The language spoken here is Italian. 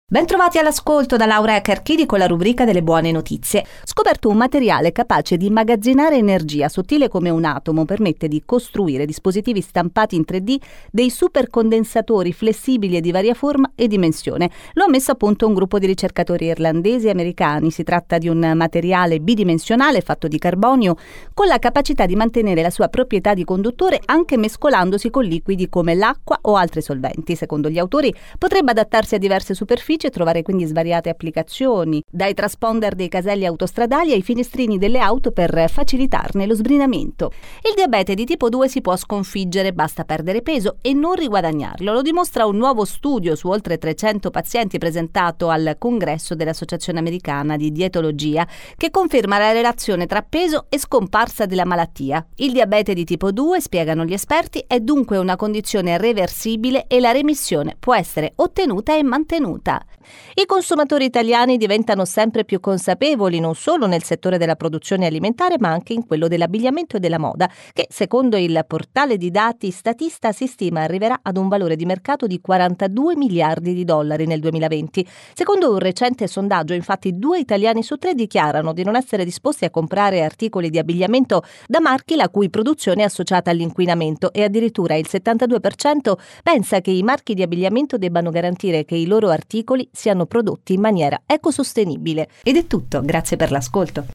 Bentrovati all'ascolto da Laura Carchidi con la rubrica delle buone notizie. Scoperto un materiale capace di immagazzinare energia, sottile come un atomo, permette di costruire dispositivi stampati in 3D dei supercondensatori flessibili e di varia forma e dimensione. Lo ha messo a punto un gruppo di ricercatori irlandesi e americani. Si tratta di un materiale bidimensionale fatto di carbonio con la capacità di mantenere la sua proprietà di conduttore anche mescolandosi con liquidi come l'acqua o altri solventi. Secondo gli autori potrebbe adattarsi a diverse superfici e trovare quindi svariate applicazioni, dai transponder dei caselli autostradali ai finestrini delle auto per facilitarne lo sbrinamento. Il diabete di tipo 2 si può sconfiggere, basta perdere peso e non riguadagnarlo. Lo dimostra un nuovo studio su oltre 300 pazienti presentato al congresso dell'Associazione Americana di Dietologia, che conferma la relazione tra peso e scomparsa della malattia. Il diabete di tipo 2, spiegano gli esperti, è dunque una condizione reversibile e la remissione può essere ottenuta e mantenuta. I consumatori italiani diventano sempre più consapevoli non solo nel settore della produzione alimentare ma anche in quello dell'abbigliamento e della moda, che secondo il portale di dati Statista si stima arriverà ad un valore di mercato di 42 miliardi di dollari nel 2020. Secondo un recente sondaggio, infatti, 2 italiani su 3 dichiarano di non essere disposti a comprare articoli di abbigliamento da marchi la cui produzione è associata all'inquinamento e addirittura il 72% pensa che i marchi di abbigliamento debbano garantire che i loro articoli siano prodotti in maniera ecosostenibile. Ed è tutto, grazie per l'ascolto.